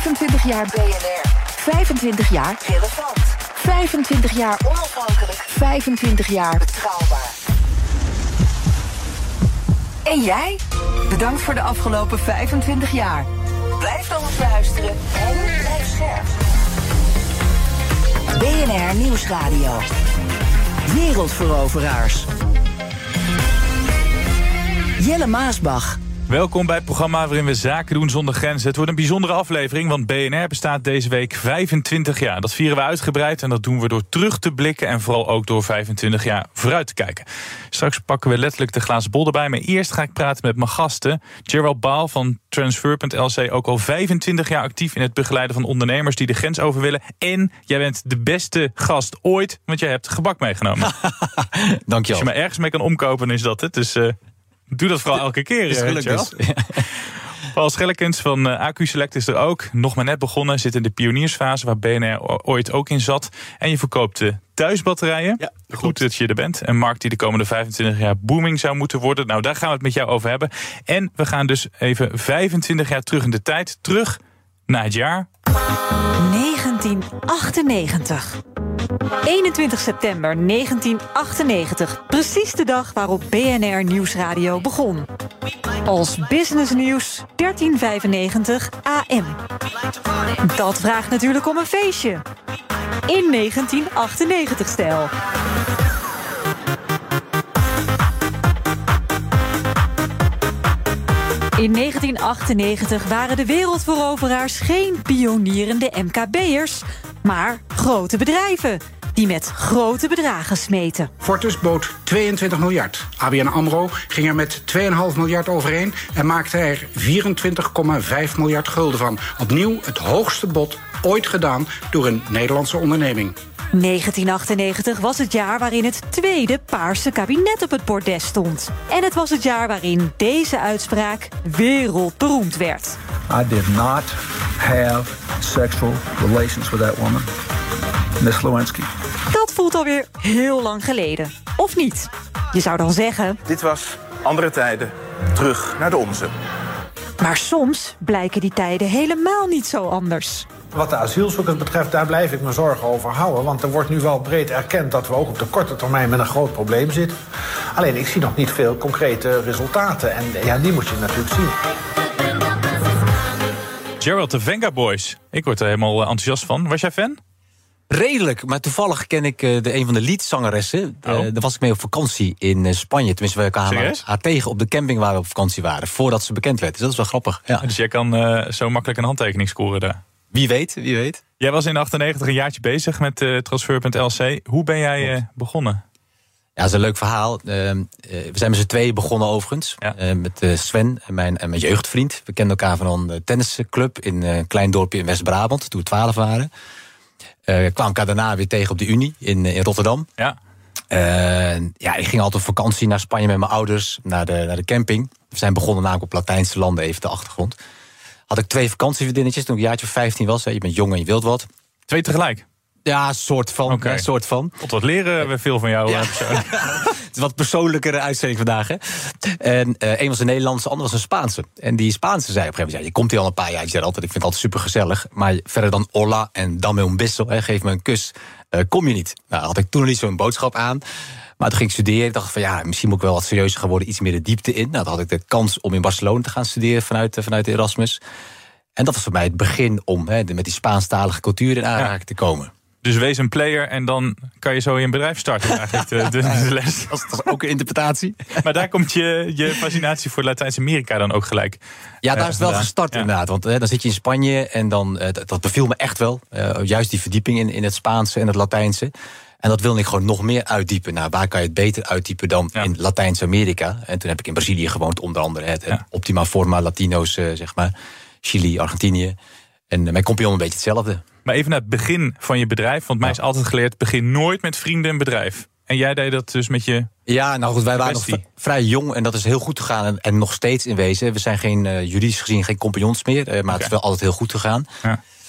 25 jaar BNR. 25 jaar relevant. 25 jaar onafhankelijk. 25 jaar betrouwbaar. En jij? Bedankt voor de afgelopen 25 jaar. Blijf dan eens luisteren en blijf scherp. BNR Nieuwsradio. Wereldveroveraars. Jelle Maasbach. Welkom bij het programma waarin we zaken doen zonder grenzen. Het wordt een bijzondere aflevering, want BNR bestaat deze week 25 jaar. Dat vieren we uitgebreid en dat doen we door terug te blikken en vooral ook door 25 jaar vooruit te kijken. Straks pakken we letterlijk de glazen bol erbij, maar eerst ga ik praten met mijn gasten. Gerald Baal van Transfer.lc, ook al 25 jaar actief in het begeleiden van ondernemers die de grens over willen. En jij bent de beste gast ooit, want jij hebt gebak meegenomen. Dankjewel. Als je me ergens mee kan omkopen, is dat het. Dus doe dat vooral elke keer. Is gelukt dus. Paul Schellekens van AQ Select is er ook. Nog maar net begonnen, zit in de pioniersfase waar BNR ooit ook in zat. En je verkoopt thuisbatterijen. Ja, goed dat je er bent. Een markt die de komende 25 jaar booming zou moeten worden. Nou, daar gaan we het met jou over hebben. En we gaan dus even 25 jaar terug in de tijd. Terug naar het jaar 1998. 21 september 1998. Precies de dag waarop BNR Nieuwsradio begon. Als businessnieuws 1395 AM. Dat vraagt natuurlijk om een feestje. In 1998-stijl. In 1998 waren de wereldveroveraars geen pionierende MKB'ers, maar grote bedrijven die met grote bedragen smeten. Fortis bood 22 miljard. ABN AMRO ging er met 2,5 miljard overheen en maakte er 24,5 miljard gulden van. Opnieuw het hoogste bod ooit gedaan door een Nederlandse onderneming. 1998 was het jaar waarin het tweede paarse kabinet op het bordes stond. En het was het jaar waarin deze uitspraak wereldberoemd werd. I did not have sexual relations with that woman, Miss Lewinsky. Dat voelt alweer heel lang geleden. Of niet? Je zou dan zeggen, dit was andere tijden, terug naar de onze. Maar soms blijken die tijden helemaal niet zo anders. Wat de asielzoekers betreft, daar blijf ik me zorgen over houden. Want er wordt nu wel breed erkend dat we ook op de korte termijn met een groot probleem zitten. Alleen, ik zie nog niet veel concrete resultaten. En ja, die moet je natuurlijk zien. Gerald, de Venga Boys. Ik word er helemaal enthousiast van. Was jij fan? Redelijk, maar toevallig ken ik een van de leadzangeressen. Daar was ik mee op vakantie in Spanje. Tenminste, we kwamen haar tegen op de camping waar we op vakantie waren. Voordat ze bekend werd. Dus dat is wel grappig. Ja. Dus jij kan zo makkelijk een handtekening scoren daar. Wie weet, wie weet. Jij was in 98 een jaartje bezig met Transfer.lc. Hoe ben jij begonnen? Ja, dat is een leuk verhaal. We zijn met z'n tweeën begonnen overigens. Ja. Met Sven en mijn jeugdvriend. We kenden elkaar van een tennisclub in een klein dorpje in West-Brabant. Toen we 12 waren. Kwamen elkaar daarna weer tegen op de Unie in Rotterdam. Ja. Ik ging altijd op vakantie naar Spanje met mijn ouders. Naar de camping. We zijn begonnen namelijk op Latijnse landen, even de achtergrond. Had ik 2 vakantievriendinnetjes toen ik een jaartje 15 was. Je bent jong en je wilt wat. 2 tegelijk? Ja, soort van. Okay. Soort van. Wat leren we veel van jou. Ja. Het is wat persoonlijkere uitzending vandaag. Hè? En een was een Nederlandse, de ander was een Spaanse. En die Spaanse zei op een gegeven moment, je komt hier al een paar jaar, ik vind het altijd super gezellig. Maar verder dan hola en dame un beso, geef me een kus, kom je niet. Nou, had ik toen nog niet zo'n boodschap aan. Maar toen ging ik studeren. Ik dacht van misschien moet ik wel wat serieuzer gaan worden, iets meer de diepte in. Nou, dan had ik de kans om in Barcelona te gaan studeren vanuit de Erasmus. En dat was voor mij het begin om met die Spaanstalige cultuur in aanraking te komen. Dus wees een player en dan kan je zo in een bedrijf starten, eigenlijk de les. Dat is ook een interpretatie. Maar daar komt je fascinatie voor Latijns-Amerika dan ook gelijk. Ja, daar is het wel gestart inderdaad. Want dan zit je in Spanje en dan, dat beviel me echt wel. Juist die verdieping in het Spaanse en het Latijnse. En dat wilde ik gewoon nog meer uitdiepen. Nou, waar kan je het beter uitdiepen dan in Latijns-Amerika? En toen heb ik in Brazilië gewoond, onder andere. Het Optima Forma, Latino's, zeg maar. Chili, Argentinië. En mijn compagnon een beetje hetzelfde. Maar even naar het begin van je bedrijf. Want mij is altijd geleerd, begin nooit met vrienden een bedrijf. En jij deed dat dus met je... Ja, nou goed, wij waren nog vrij jong en dat is heel goed gegaan. En nog steeds in wezen. We zijn juridisch gezien geen compagnons meer. Maar het is wel altijd heel goed gegaan. Ja.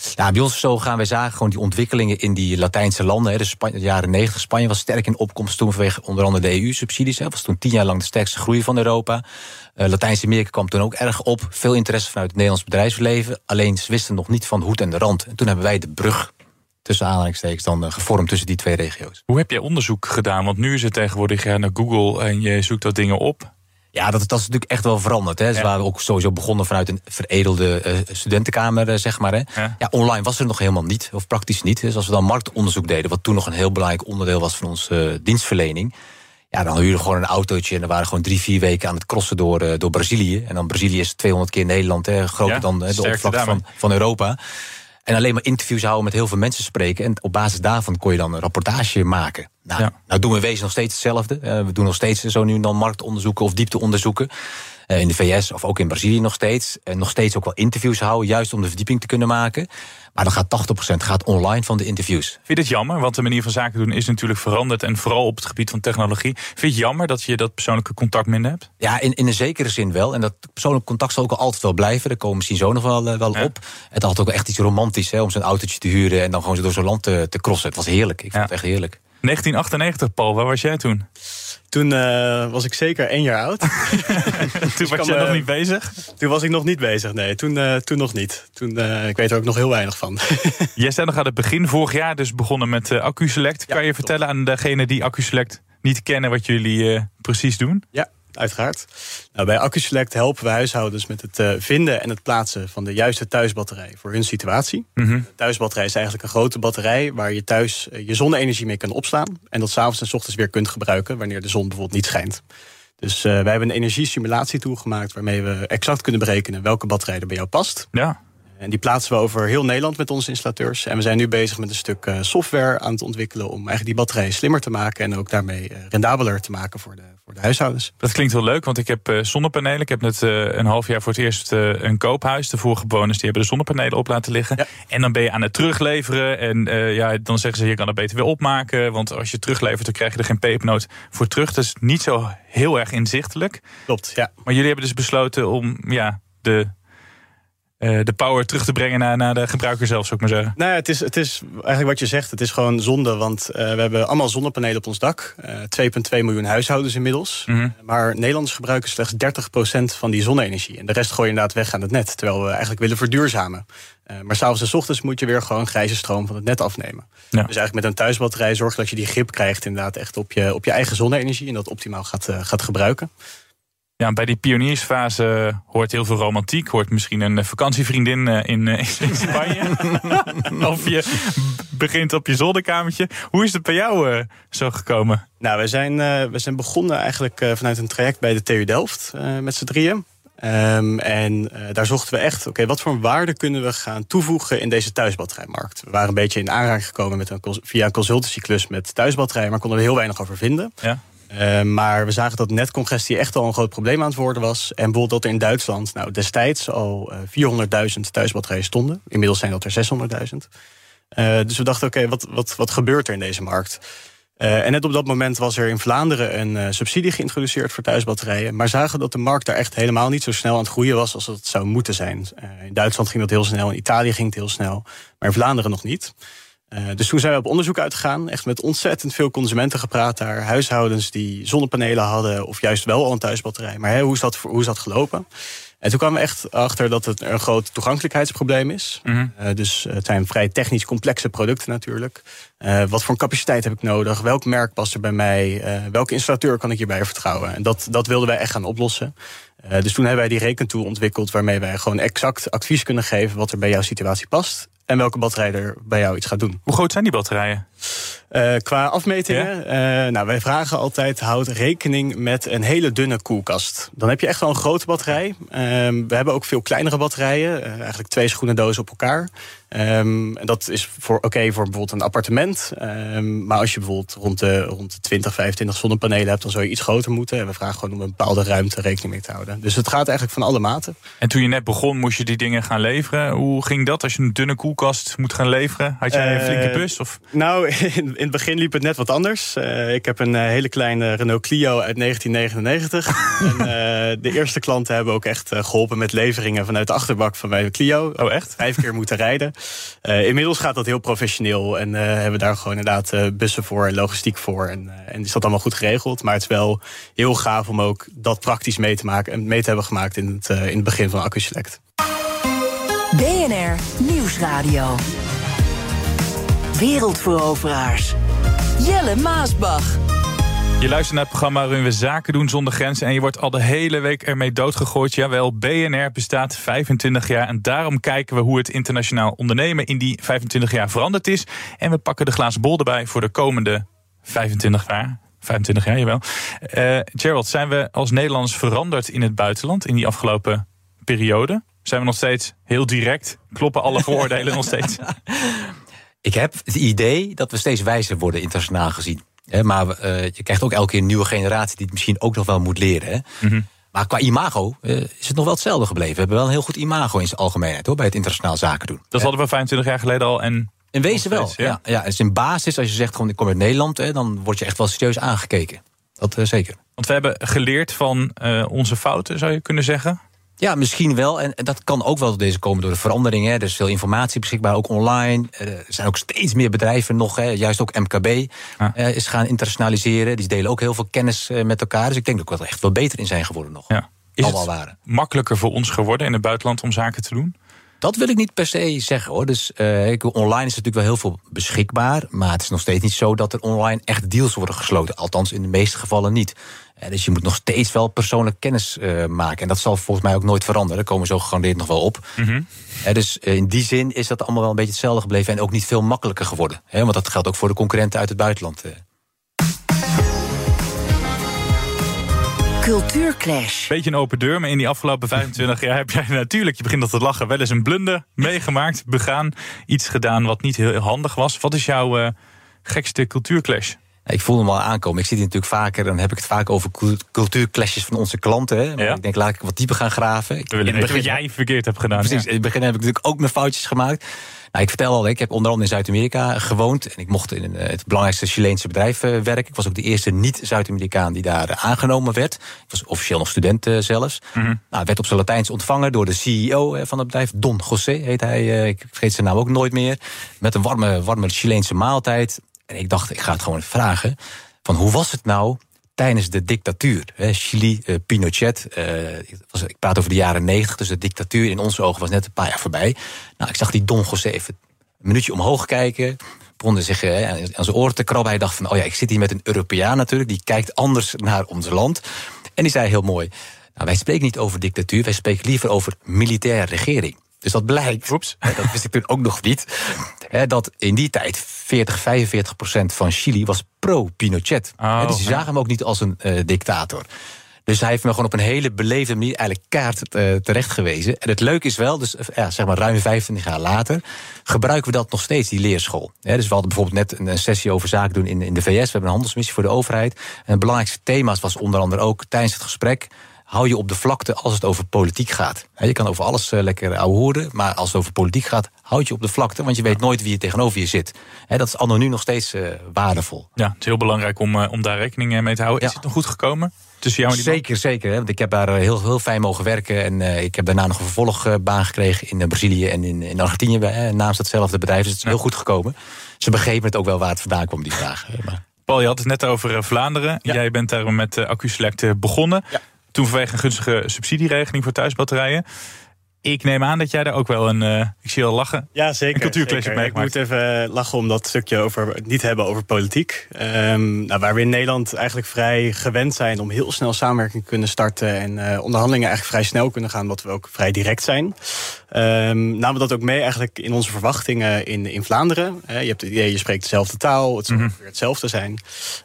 Nou, bij ons zo wij zagen gewoon die ontwikkelingen in die Latijnse landen. Hè. De jaren 90, Spanje was sterk in opkomst toen vanwege onder andere de EU-subsidies. Dat was toen 10 jaar lang de sterkste groei van Europa. Latijns-Amerika kwam toen ook erg op. Veel interesse vanuit het Nederlands bedrijfsleven. Alleen ze wisten nog niet van de hoed en de rand. En toen hebben wij de brug, tussen aanhalingstekens, dan gevormd tussen die twee regio's. Hoe heb jij onderzoek gedaan? Want nu is het tegenwoordig naar Google en je zoekt dat dingen op. Ja, dat is natuurlijk echt wel veranderd. Hè. Dus we waren ook sowieso begonnen vanuit een veredelde studentenkamer, zeg maar. Hè. Ja, online was er nog helemaal niet, of praktisch niet. Dus als we dan marktonderzoek deden, wat toen nog een heel belangrijk onderdeel was van onze dienstverlening. Ja, dan huurden we gewoon een autootje en dan waren gewoon 3-4 weken aan het crossen door Brazilië. En dan Brazilië is 200 keer Nederland, hè, groter dan de oppervlakte van Europa. En alleen maar interviews houden, met heel veel mensen spreken. En op basis daarvan kon je dan een rapportage maken. Nou doen we in wezen nog steeds hetzelfde. We doen nog steeds zo nu en dan marktonderzoeken of diepteonderzoeken. In de VS of ook in Brazilië nog steeds. En nog steeds ook wel interviews houden, juist om de verdieping te kunnen maken. Maar dan gaat 80% online van de interviews. Vind je het jammer? Want de manier van zaken doen is natuurlijk veranderd. En vooral op het gebied van technologie. Vind je het jammer dat je dat persoonlijke contact minder hebt? Ja, in een zekere zin wel. En dat persoonlijke contact zal ook altijd wel blijven. Daar komen we misschien zo nog wel op. Het had ook echt iets romantisch, hè, om zo'n autootje te huren en dan gewoon door zo'n land te crossen. Het was heerlijk. Ik vond het echt heerlijk. 1998, Paul, waar was jij toen? Toen was ik zeker 1 jaar oud. Toen was je nog niet bezig? Toen was ik nog niet bezig, nee. Toen nog niet. Ik weet er ook nog heel weinig van. Jij bent nog aan het begin vorig jaar dus begonnen met AccuSelect. Kan je vertellen aan degene die AccuSelect niet kennen wat jullie precies doen? Ja, uiteraard. Nou, bij AccuSelect helpen we huishoudens met het vinden en het plaatsen van de juiste thuisbatterij voor hun situatie. De thuisbatterij is eigenlijk een grote batterij waar je thuis je zonne-energie mee kan opslaan. En dat 's avonds en 's ochtends weer kunt gebruiken wanneer de zon bijvoorbeeld niet schijnt. Dus wij hebben een energiesimulatietool gemaakt waarmee we exact kunnen berekenen welke batterij er bij jou past. Ja. En die plaatsen we over heel Nederland met onze installateurs. En we zijn nu bezig met een stuk software aan het ontwikkelen om eigenlijk die batterijen slimmer te maken en ook daarmee rendabeler te maken voor de huishoudens. Dat klinkt wel leuk, want ik heb zonnepanelen. Ik heb net een half jaar voor het eerst een koophuis. De vorige bewoners die hebben de zonnepanelen op laten liggen. Ja. En dan ben je aan het terugleveren. En dan zeggen ze, je kan het beter weer opmaken. Want als je teruglevert, dan krijg je er geen pepernoot voor terug. Dat is niet zo heel erg inzichtelijk. Klopt, ja. Maar jullie hebben dus besloten om de power terug te brengen naar de gebruiker zelf, zou ik maar zeggen. Nou ja, het is eigenlijk wat je zegt. Het is gewoon zonde, want we hebben allemaal zonnepanelen op ons dak. 2,2 miljoen huishoudens inmiddels. Maar Nederlanders gebruiken slechts 30% van die zonne-energie. En de rest gooi je inderdaad weg aan het net. Terwijl we eigenlijk willen verduurzamen. Maar 's avonds en 's ochtends moet je weer gewoon grijze stroom van het net afnemen. Ja. Dus eigenlijk met een thuisbatterij zorg dat je die grip krijgt inderdaad echt op je eigen zonne-energie. En dat optimaal gaat gebruiken. Ja, bij die pioniersfase hoort heel veel romantiek. Hoort misschien een vakantievriendin in Spanje. Of je begint op je zolderkamertje. Hoe is het bij jou zo gekomen? Nou, we zijn begonnen eigenlijk vanuit een traject bij de TU Delft met z'n drieën. Daar zochten we echt, wat voor waarde kunnen we gaan toevoegen in deze thuisbatterijmarkt. We waren een beetje in aanraking gekomen via een consultancyklus met thuisbatterijen, maar konden er heel weinig over vinden. Ja. Maar we zagen dat netcongestie echt al een groot probleem aan het worden was. En bijvoorbeeld dat er in Duitsland destijds al 400.000 thuisbatterijen stonden. Inmiddels zijn dat er 600.000. Dus we dachten, wat gebeurt er in deze markt? En net op dat moment was er in Vlaanderen een subsidie geïntroduceerd voor thuisbatterijen. Maar zagen dat de markt daar echt helemaal niet zo snel aan het groeien was als het zou moeten zijn. In Duitsland ging dat heel snel, in Italië ging het heel snel. Maar in Vlaanderen nog niet. Dus toen zijn we op onderzoek uitgegaan. Echt met ontzettend veel consumenten gepraat daar. Huishoudens die zonnepanelen hadden of juist wel al een thuisbatterij. Maar hoe is dat gelopen? En toen kwamen we echt achter dat het een groot toegankelijkheidsprobleem is. Dus het zijn vrij technisch complexe producten natuurlijk. Wat voor een capaciteit heb ik nodig? Welk merk past er bij mij? Welke installateur kan ik hierbij vertrouwen? En dat wilden wij echt gaan oplossen. Dus toen hebben wij die rekentool ontwikkeld waarmee wij gewoon exact advies kunnen geven wat er bij jouw situatie past. En welke batterij er bij jou iets gaat doen. Hoe groot zijn die batterijen? Qua afmetingen, wij vragen altijd, houd rekening met een hele dunne koelkast. Dan heb je echt wel een grote batterij. We hebben ook veel kleinere batterijen, eigenlijk 2 schoenendozen op elkaar. En dat is voor bijvoorbeeld een appartement. Maar als je bijvoorbeeld rond de 20, 25 zonnepanelen hebt, dan zou je iets groter moeten. En we vragen gewoon om een bepaalde ruimte rekening mee te houden. Dus het gaat eigenlijk van alle maten. En toen je net begon, moest je die dingen gaan leveren. Hoe ging dat als je een dunne koelkast moet gaan leveren? Had jij een flinke bus? Of? Nou, het begin liep het net wat anders. Ik heb een hele kleine Renault Clio uit 1999. En de eerste klanten hebben ook echt geholpen met leveringen vanuit de achterbak van mijn Clio. Oh, echt? 5 keer moeten rijden. Inmiddels gaat dat heel professioneel. En hebben we daar gewoon inderdaad bussen voor en logistiek voor. En is dat allemaal goed geregeld. Maar het is wel heel gaaf om ook dat praktisch mee te hebben gemaakt in het begin van AccuSelect. BNR Nieuwsradio. Wereldveroveraars. Jelle Maasbach. Je luistert naar het programma waarin we zaken doen zonder grenzen. En je wordt al de hele week ermee doodgegooid. Jawel, BNR bestaat 25 jaar. En daarom kijken we hoe het internationaal ondernemen in die 25 jaar veranderd is. En we pakken de glazen bol erbij voor de komende 25 jaar. 25 jaar, jawel. Gerald, zijn we als Nederlanders veranderd in het buitenland in die afgelopen periode? Zijn we nog steeds heel direct? Kloppen alle vooroordelen nog steeds? Ik heb het idee dat we steeds wijzer worden internationaal gezien. Maar je krijgt ook elke keer een nieuwe generatie die het misschien ook nog wel moet leren. Hè? Mm-hmm. Maar qua imago is het nog wel hetzelfde gebleven. We hebben wel een heel goed imago in zijn algemeenheid hoor, bij het internationaal zaken doen. Dat hadden we 25 jaar geleden al. En in wezen wel. Ja, dus in basis, als je zegt gewoon ik kom uit Nederland, dan word je echt wel serieus aangekeken. Dat zeker. Want we hebben geleerd van onze fouten, zou je kunnen zeggen. Ja, misschien wel. En dat kan ook wel door deze komen door de veranderingen. Er is veel informatie beschikbaar, ook online. Er zijn ook steeds meer bedrijven nog, juist ook MKB, is gaan internationaliseren. Die delen ook heel veel kennis met elkaar. Dus ik denk dat we er echt wel beter in zijn geworden nog. Ja. Is het makkelijker voor ons geworden in het buitenland om zaken te doen? Dat wil ik niet per se zeggen hoor. Dus online is natuurlijk wel heel veel beschikbaar. Maar het is nog steeds niet zo dat er online echt deals worden gesloten. Althans in de meeste gevallen niet. Dus je moet nog steeds wel persoonlijk kennis maken. En dat zal volgens mij ook nooit veranderen. Daar komen we zo gegarandeerd nog wel op. Mm-hmm. Dus in die zin is dat allemaal wel een beetje hetzelfde gebleven. En ook niet veel makkelijker geworden. Want dat geldt ook voor de concurrenten uit het buitenland. Cultuurclash. Beetje een open deur, maar in die afgelopen 25 jaar heb jij natuurlijk, je begint al te lachen, wel eens een blunder meegemaakt, begaan. Iets gedaan wat niet heel handig was. Wat is jouw gekste cultuurclash? Ik voel hem al aankomen. Ik zit hier natuurlijk vaker, dan heb ik het vaak over cultuurclashes van onze klanten. Maar ik denk, laat ik wat dieper gaan graven. We willen weten wat jij verkeerd hebt gedaan. Precies, in het begin heb ik natuurlijk ook mijn foutjes gemaakt. Nou, ik vertel al, ik heb onder andere in Zuid-Amerika gewoond. En ik mocht in het belangrijkste Chileense bedrijf werken. Ik was ook de eerste niet-Zuid-Amerikaan die daar aangenomen werd. Ik was officieel nog student zelfs. Mm-hmm. Nou, werd op zijn Latijns ontvangen door de CEO van het bedrijf. Don José heet hij. Ik vergeet zijn naam ook nooit meer. Met een warme Chileense maaltijd. En ik dacht, ik ga het gewoon even vragen. Van hoe was het nou tijdens de dictatuur? Chili, Pinochet. Ik praat over de jaren 90. Dus de dictatuur in onze ogen was net een paar jaar voorbij. Nou, ik zag die Don José even een minuutje omhoog kijken. Begon zich aan zijn oren te krabben. Hij dacht van, oh ja, ik zit hier met een Europeaan natuurlijk. Die kijkt anders naar ons land. En die zei heel mooi, nou, wij spreken niet over dictatuur. Wij spreken liever over militaire regering. Dus dat blijkt, dat wist ik toen ook nog niet, dat in die tijd 40-45% van Chili was pro-Pinochet. Dus die zagen hem ook niet als een dictator. Dus hij heeft me gewoon op een hele beleefde manier eigenlijk kaart terecht gewezen. En het leuke is wel, dus zeg maar ruim 25 jaar later, gebruiken we dat nog steeds, die leerschool. Dus we hadden bijvoorbeeld net een sessie over zaken doen in de VS. We hebben een handelsmissie voor de overheid. En het belangrijkste thema was onder andere ook tijdens het gesprek, hou je op de vlakte als het over politiek gaat. Je kan over alles lekker ouwehoeren, maar als het over politiek gaat, houd je op de vlakte, want je weet nooit wie er tegenover je zit. Dat is anno nu nog steeds waardevol. Ja, het is heel belangrijk om daar rekening mee te houden. Ja. Is het nog goed gekomen tussen jou en die man? Zeker. Want ik heb daar heel fijn mogen werken. En ik heb daarna nog een vervolgbaan gekregen in Brazilië en in Argentinië, naast hetzelfde bedrijf. Dus het is heel goed gekomen. Ze begrepen het ook wel waar het vandaan kwam, die vraag. Paul, je had het net over Vlaanderen. Ja. Jij bent daar met AccuSelect begonnen. Ja. Toen vanwege een gunstige subsidieregeling voor thuisbatterijen. Ik neem aan dat jij daar ook wel ik zie je al lachen. Ja, zeker. Een cultuurclash hebt meegemaakt. Ik moet even lachen om dat stukje over het niet hebben over politiek. Waar we in Nederland eigenlijk vrij gewend zijn om heel snel samenwerking te kunnen starten en onderhandelingen eigenlijk vrij snel kunnen gaan, omdat we ook vrij direct zijn. Namen we dat ook mee eigenlijk in onze verwachtingen in Vlaanderen. Je hebt het idee, je spreekt dezelfde taal, het zal ongeveer hetzelfde zijn.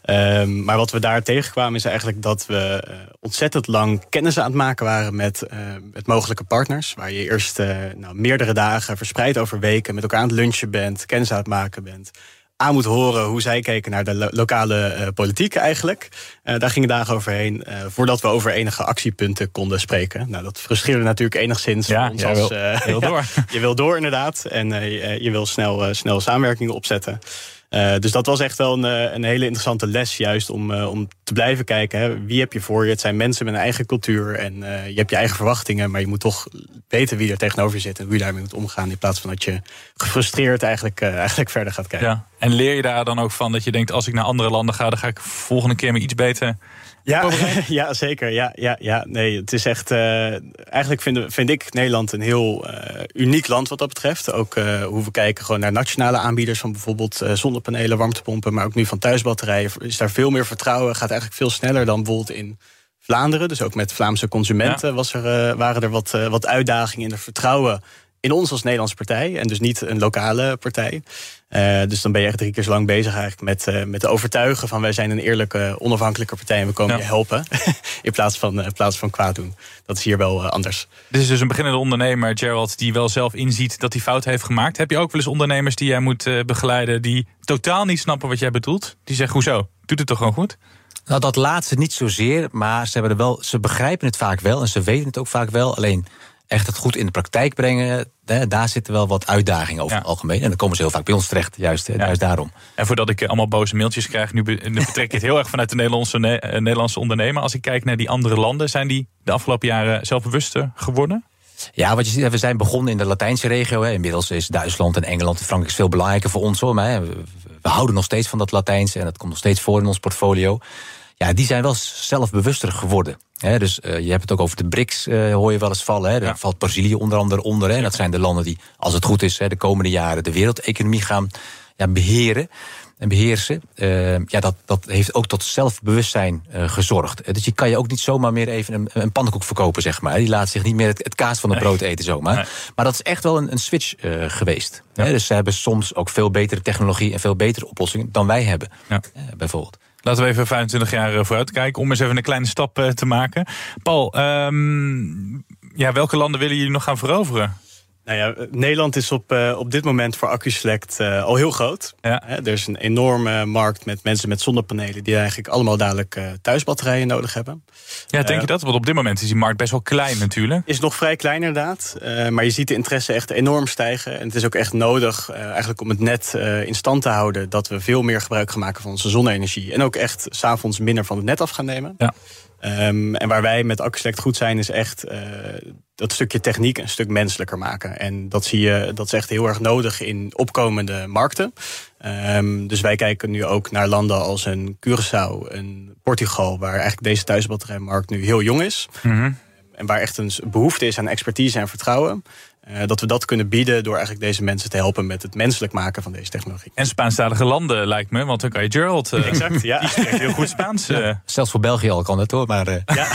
Maar wat we daar tegenkwamen is eigenlijk dat we ontzettend lang kennis aan het maken waren met mogelijke partners. Waar je eerst meerdere dagen verspreid over weken met elkaar aan het lunchen bent, kennis aan het maken bent. Aan moet horen hoe zij keken naar de lokale politiek eigenlijk. Daar gingen dagen overheen voordat we over enige actiepunten konden spreken. Nou, dat frustreerde natuurlijk enigszins. Ja, ons wil door. Je wil door inderdaad. En je wil snel samenwerkingen opzetten. Dus dat was echt wel een hele interessante les, juist om te blijven kijken. Hè. Wie heb je voor je? Het zijn mensen met een eigen cultuur en je hebt je eigen verwachtingen, maar je moet toch weten wie er tegenover je zit en hoe je daarmee moet omgaan, in plaats van dat je gefrustreerd eigenlijk verder gaat kijken. Ja. En leer je daar dan ook van dat je denkt, als ik naar andere landen ga, dan ga ik volgende keer me iets beter... Ja, zeker. Ja. Nee, het is echt... eigenlijk vind ik Nederland een heel uniek land wat dat betreft. Ook hoe we kijken gewoon naar nationale aanbieders van bijvoorbeeld zonnepanelen, warmtepompen, maar ook nu van thuisbatterijen. Is daar veel meer vertrouwen. Gaat eigenlijk veel sneller dan bijvoorbeeld in Vlaanderen. Dus ook met Vlaamse consumenten waren er wat uitdagingen in het vertrouwen in ons als Nederlandse partij. En dus niet een lokale partij. Dus dan ben je echt 3 keer zo lang bezig eigenlijk met de overtuigen van wij zijn een eerlijke, onafhankelijke partij en we komen je helpen. in plaats van kwaad doen. Dat is hier wel anders. Dit is dus een beginnende ondernemer, Gerald, die wel zelf inziet dat hij fout heeft gemaakt. Heb je ook wel eens ondernemers die jij moet begeleiden die totaal niet snappen wat jij bedoelt? Die zeggen, hoezo? Doet het toch gewoon goed? Nou, dat laatste niet zozeer, maar ze begrijpen het vaak wel en ze weten het ook vaak wel. Alleen echt het goed in de praktijk brengen, daar zitten wel wat uitdagingen over het algemeen. En dan komen ze heel vaak bij ons terecht, juist daarom. En voordat ik allemaal boze mailtjes krijg, nu betrek ik het heel erg vanuit de Nederlandse ondernemer. Als ik kijk naar die andere landen, zijn die de afgelopen jaren zelfbewuster geworden? Ja, wat je ziet, we zijn begonnen in de Latijnse regio. Inmiddels is Duitsland en Engeland en Frankrijk veel belangrijker voor ons, hoor. Maar we houden nog steeds van dat Latijnse en dat komt nog steeds voor in ons portfolio. Ja, die zijn wel zelfbewuster geworden. Dus je hebt het ook over de BRICS, hoor je wel eens vallen. Daar valt Brazilië onder andere onder. En dat zijn de landen die, als het goed is, de komende jaren de wereldeconomie gaan beheren en beheersen. Dat heeft ook tot zelfbewustzijn gezorgd. Dus je kan je ook niet zomaar meer even een pannenkoek verkopen, zeg maar. Die laat zich niet meer het kaas van het brood eten zomaar. Nee. Maar dat is echt wel een switch geweest. Ja. Dus ze hebben soms ook veel betere technologie en veel betere oplossingen dan wij hebben, bijvoorbeeld. Laten we even 25 jaar vooruit kijken, om eens even een kleine stap te maken. Paul, welke landen willen jullie nog gaan veroveren? Nou ja, Nederland is op dit moment voor AccuSelect al heel groot. Ja. Er is een enorme markt met mensen met zonnepanelen die eigenlijk allemaal dadelijk thuisbatterijen nodig hebben. Ja, denk je dat? Want op dit moment is die markt best wel klein natuurlijk. Is nog vrij klein inderdaad. Maar je ziet de interesse echt enorm stijgen. En het is ook echt nodig eigenlijk om het net in stand te houden dat we veel meer gebruik gaan maken van onze zonne-energie. En ook echt 's avonds minder van het net af gaan nemen. Ja. En waar wij met AccuSelect goed zijn, is echt dat stukje techniek een stuk menselijker maken. En dat is echt heel erg nodig in opkomende markten. Dus wij kijken nu ook naar landen als een Curaçao, een Portugal, waar eigenlijk deze thuisbatterijmarkt nu heel jong is. Mm-hmm. En waar echt een behoefte is aan expertise en vertrouwen. Dat we dat kunnen bieden door eigenlijk deze mensen te helpen met het menselijk maken van deze technologie. En Spaanstalige landen lijkt me, want dan kan je Gerald. Exact, ja. Die spreekt heel goed Spaans. Zelfs voor België al kan dat, hoor. Maar, ja.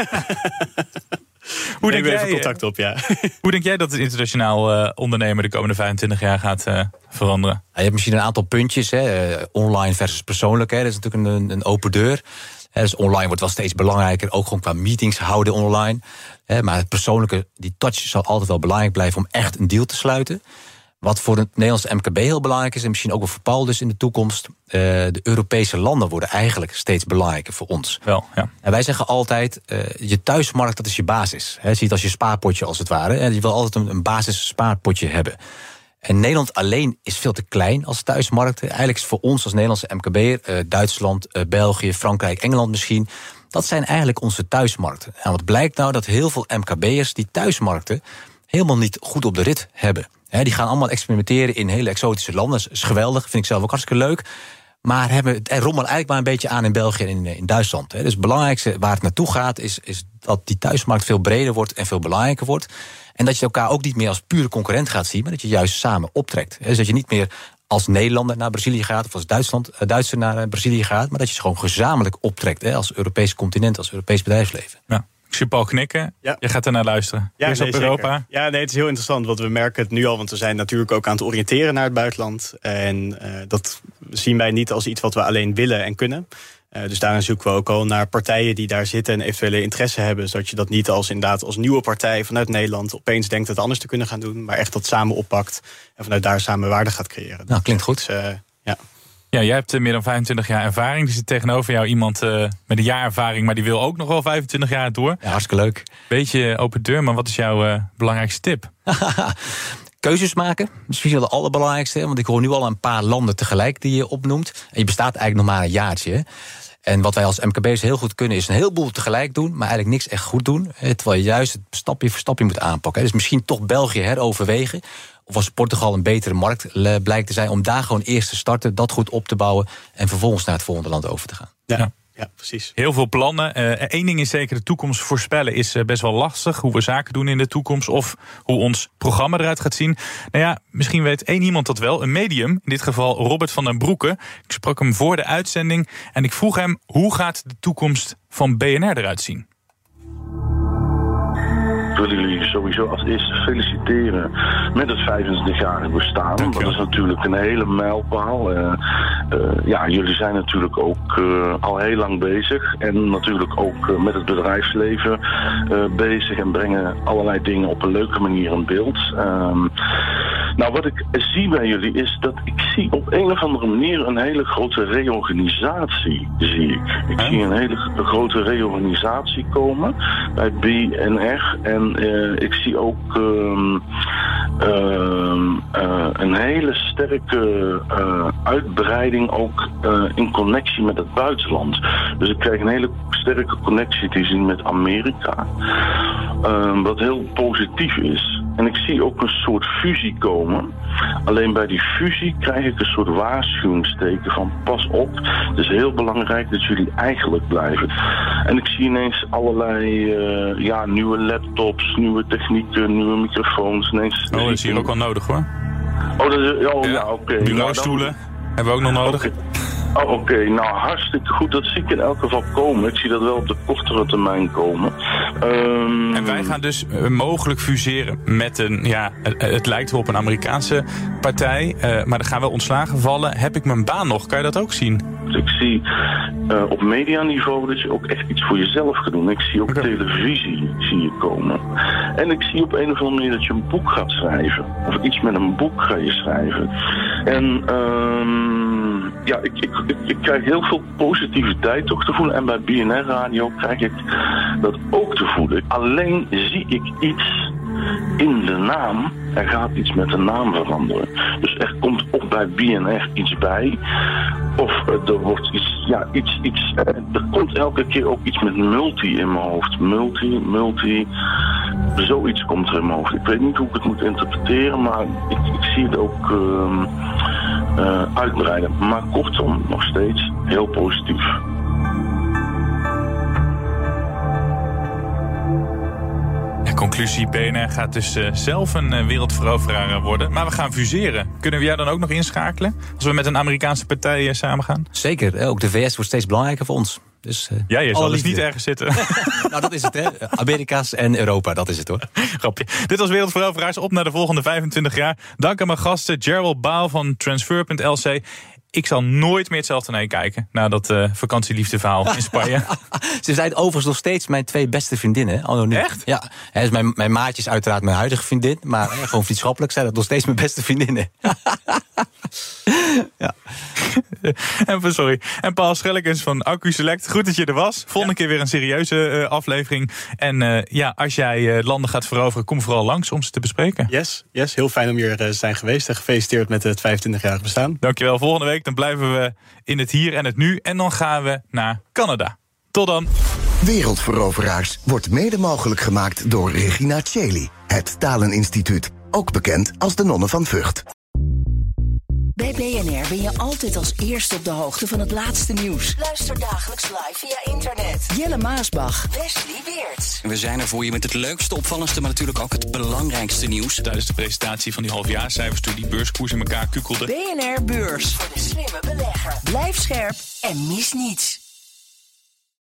Hoe denk jij even contact op, ja. Hoe denk jij dat het internationaal ondernemen de komende 25 jaar gaat veranderen? Je hebt misschien een aantal puntjes, online versus persoonlijk. Dat is natuurlijk een open deur. Dus online wordt wel steeds belangrijker, ook gewoon qua meetings houden online. Maar het persoonlijke, die touch zal altijd wel belangrijk blijven om echt een deal te sluiten. Wat voor het Nederlandse MKB heel belangrijk is, en misschien ook wel voor Paul dus in de toekomst, de Europese landen worden eigenlijk steeds belangrijker voor ons. Wel, ja. En wij zeggen altijd, je thuismarkt, dat is je basis. Zie het als je spaarpotje als het ware. En je wil altijd een basis spaarpotje hebben. En Nederland alleen is veel te klein als thuismarkt. Eigenlijk is voor ons als Nederlandse MKB'er, Duitsland, België, Frankrijk, Engeland misschien, dat zijn eigenlijk onze thuismarkten. En wat blijkt nou? Dat heel veel MKB'ers die thuismarkten helemaal niet goed op de rit hebben. Die gaan allemaal experimenteren in hele exotische landen. Dat is geweldig, vind ik zelf ook hartstikke leuk. Maar rommelen eigenlijk maar een beetje aan in België en in Duitsland. Dus het belangrijkste waar het naartoe gaat, is dat die thuismarkt veel breder wordt en veel belangrijker wordt. En dat je elkaar ook niet meer als pure concurrent gaat zien, maar dat je juist samen optrekt. Dus dat je niet meer als Nederlander naar Brazilië gaat, of als Duitser naar Brazilië gaat, maar dat je ze gewoon gezamenlijk optrekt, als Europees continent, als Europees bedrijfsleven. Ja. Ik zie Paul knikken. Ja. Je gaat ernaar luisteren. Ja, Eerst op Europa. Zeker. Ja, nee, het is heel interessant, want we merken het nu al, want we zijn natuurlijk ook aan het oriënteren naar het buitenland. En dat zien wij niet als iets wat we alleen willen en kunnen. Dus daarin zoeken we ook al naar partijen die daar zitten en eventuele interesse hebben, zodat je dat niet als nieuwe partij vanuit Nederland opeens denkt het anders te kunnen gaan doen, maar echt dat samen oppakt en vanuit daar samen waarde gaat creëren. Nou, klinkt goed. Dus, ja. Ja, jij hebt meer dan 25 jaar ervaring. Er zit tegenover jou iemand met een jaar ervaring, maar die wil ook nog wel 25 jaar door. Ja, hartstikke leuk. Beetje open deur, maar wat is jouw belangrijkste tip? Keuzes maken, misschien wel de allerbelangrijkste. Want ik hoor nu al een paar landen tegelijk die je opnoemt. En je bestaat eigenlijk nog maar een jaartje. Hè? En wat wij als MKB'ers heel goed kunnen, is een heleboel tegelijk doen, maar eigenlijk niks echt goed doen. Terwijl je juist het stapje voor stapje moet aanpakken. Dus misschien toch België heroverwegen. Of als Portugal een betere markt blijkt te zijn, om daar gewoon eerst te starten, dat goed op te bouwen en vervolgens naar het volgende land over te gaan. Ja, precies. Heel veel plannen. Eén ding is zeker, de toekomst voorspellen is best wel lastig. Hoe we zaken doen in de toekomst of hoe ons programma eruit gaat zien. Nou ja, misschien weet één iemand dat wel. Een medium, in dit geval Robert van den Broeke. Ik sprak hem voor de uitzending en ik vroeg hem, hoe gaat de toekomst van BNR eruit zien? Ik wil jullie sowieso als eerste feliciteren met het 25-jarige bestaan. Dat is natuurlijk een hele mijlpaal. Jullie zijn natuurlijk ook al heel lang bezig. En natuurlijk ook met het bedrijfsleven bezig. En brengen allerlei dingen op een leuke manier in beeld. Wat ik zie bij jullie is dat ik zie op een of andere manier een hele grote reorganisatie. Ik zie een hele grote reorganisatie komen bij BNR. En ik zie ook een hele sterke uitbreiding ook in connectie met het buitenland. Dus ik krijg een hele sterke connectie te zien met Amerika. Wat heel positief is. En ik zie ook een soort fusie komen. Alleen bij die fusie krijg ik een soort waarschuwingsteken van pas op. Het is heel belangrijk dat jullie eigenlijk blijven. En ik zie ineens allerlei nieuwe laptops, nieuwe technieken, nieuwe microfoons. Dat is hier ook wel nodig hoor. Oké. Bureaustoelen hebben we ook nog nodig. Oké, hartstikke goed. Dat zie ik in elk geval komen. Ik zie dat wel op de kortere termijn komen. En wij gaan dus mogelijk fuseren met het lijkt wel op een Amerikaanse partij, maar er gaan wel ontslagen vallen. Heb ik mijn baan nog? Kan je dat ook zien? Ik zie op medianiveau dat je ook echt iets voor jezelf gaat doen. Ik zie ook televisie komen. En ik zie op een of andere manier dat je een boek gaat schrijven. Of iets met een boek ga je schrijven. En ik krijg heel veel positiviteit toch te voelen. En bij BNR Radio krijg ik dat ook te voelen. Alleen zie ik iets in de naam. Er gaat iets met de naam veranderen. Dus er komt of bij BNR iets bij. Of er wordt iets. Er komt elke keer ook iets met multi in mijn hoofd. Multi. Zoiets komt er in mijn hoofd. Ik weet niet hoe ik het moet interpreteren, maar ik zie het ook uitbreiden. Maar kortom, nog steeds heel positief. Conclusie, BNR gaat dus zelf een wereldveroveraar worden. Maar we gaan fuseren. Kunnen we jou dan ook nog inschakelen? Als we met een Amerikaanse partij samengaan? Zeker. Ook de VS wordt steeds belangrijker voor ons. Dus, je zal dus niet ergens zitten. Dat is het, hè. Amerika's en Europa, dat is het, hoor. Grapje. Dit was Wereldveroveraars. Op naar de volgende 25 jaar. Dank aan mijn gasten Gerald Baal van Transfer.lc. Ik zal nooit meer hetzelfde naar je kijken. Na dat vakantieliefdeverhaal in Spanje. Ze zijn overigens nog steeds mijn 2 beste vriendinnen. Echt? Ja. Dus mijn maatje is uiteraard mijn huidige vriendin. Maar gewoon vriendschappelijk zijn dat nog steeds mijn beste vriendinnen. Ja. En Paul Schellekens van AccuSelect. Goed dat je er was. Volgende keer weer een serieuze aflevering. En als jij landen gaat veroveren, kom vooral langs om ze te bespreken. Yes. Heel fijn om hier te zijn geweest. En gefeliciteerd met het 25-jarig bestaan. Dankjewel. Volgende week dan blijven we in het hier en het nu. En dan gaan we naar Canada. Tot dan. Wereldveroveraars wordt mede mogelijk gemaakt door Regina Cheli, het Taleninstituut. Ook bekend als de Nonnen van Vught. Bij BNR ben je altijd als eerste op de hoogte van het laatste nieuws. Luister dagelijks live via internet. Jelle Maasbach, Wesley Weerts. We zijn er voor je met het leukste, opvallendste, maar natuurlijk ook het belangrijkste nieuws. Tijdens de presentatie van die halfjaarcijfers toen die beurskoers in elkaar kukkelde. BNR Beurs. Voor de slimme belegger. Blijf scherp en mis niets.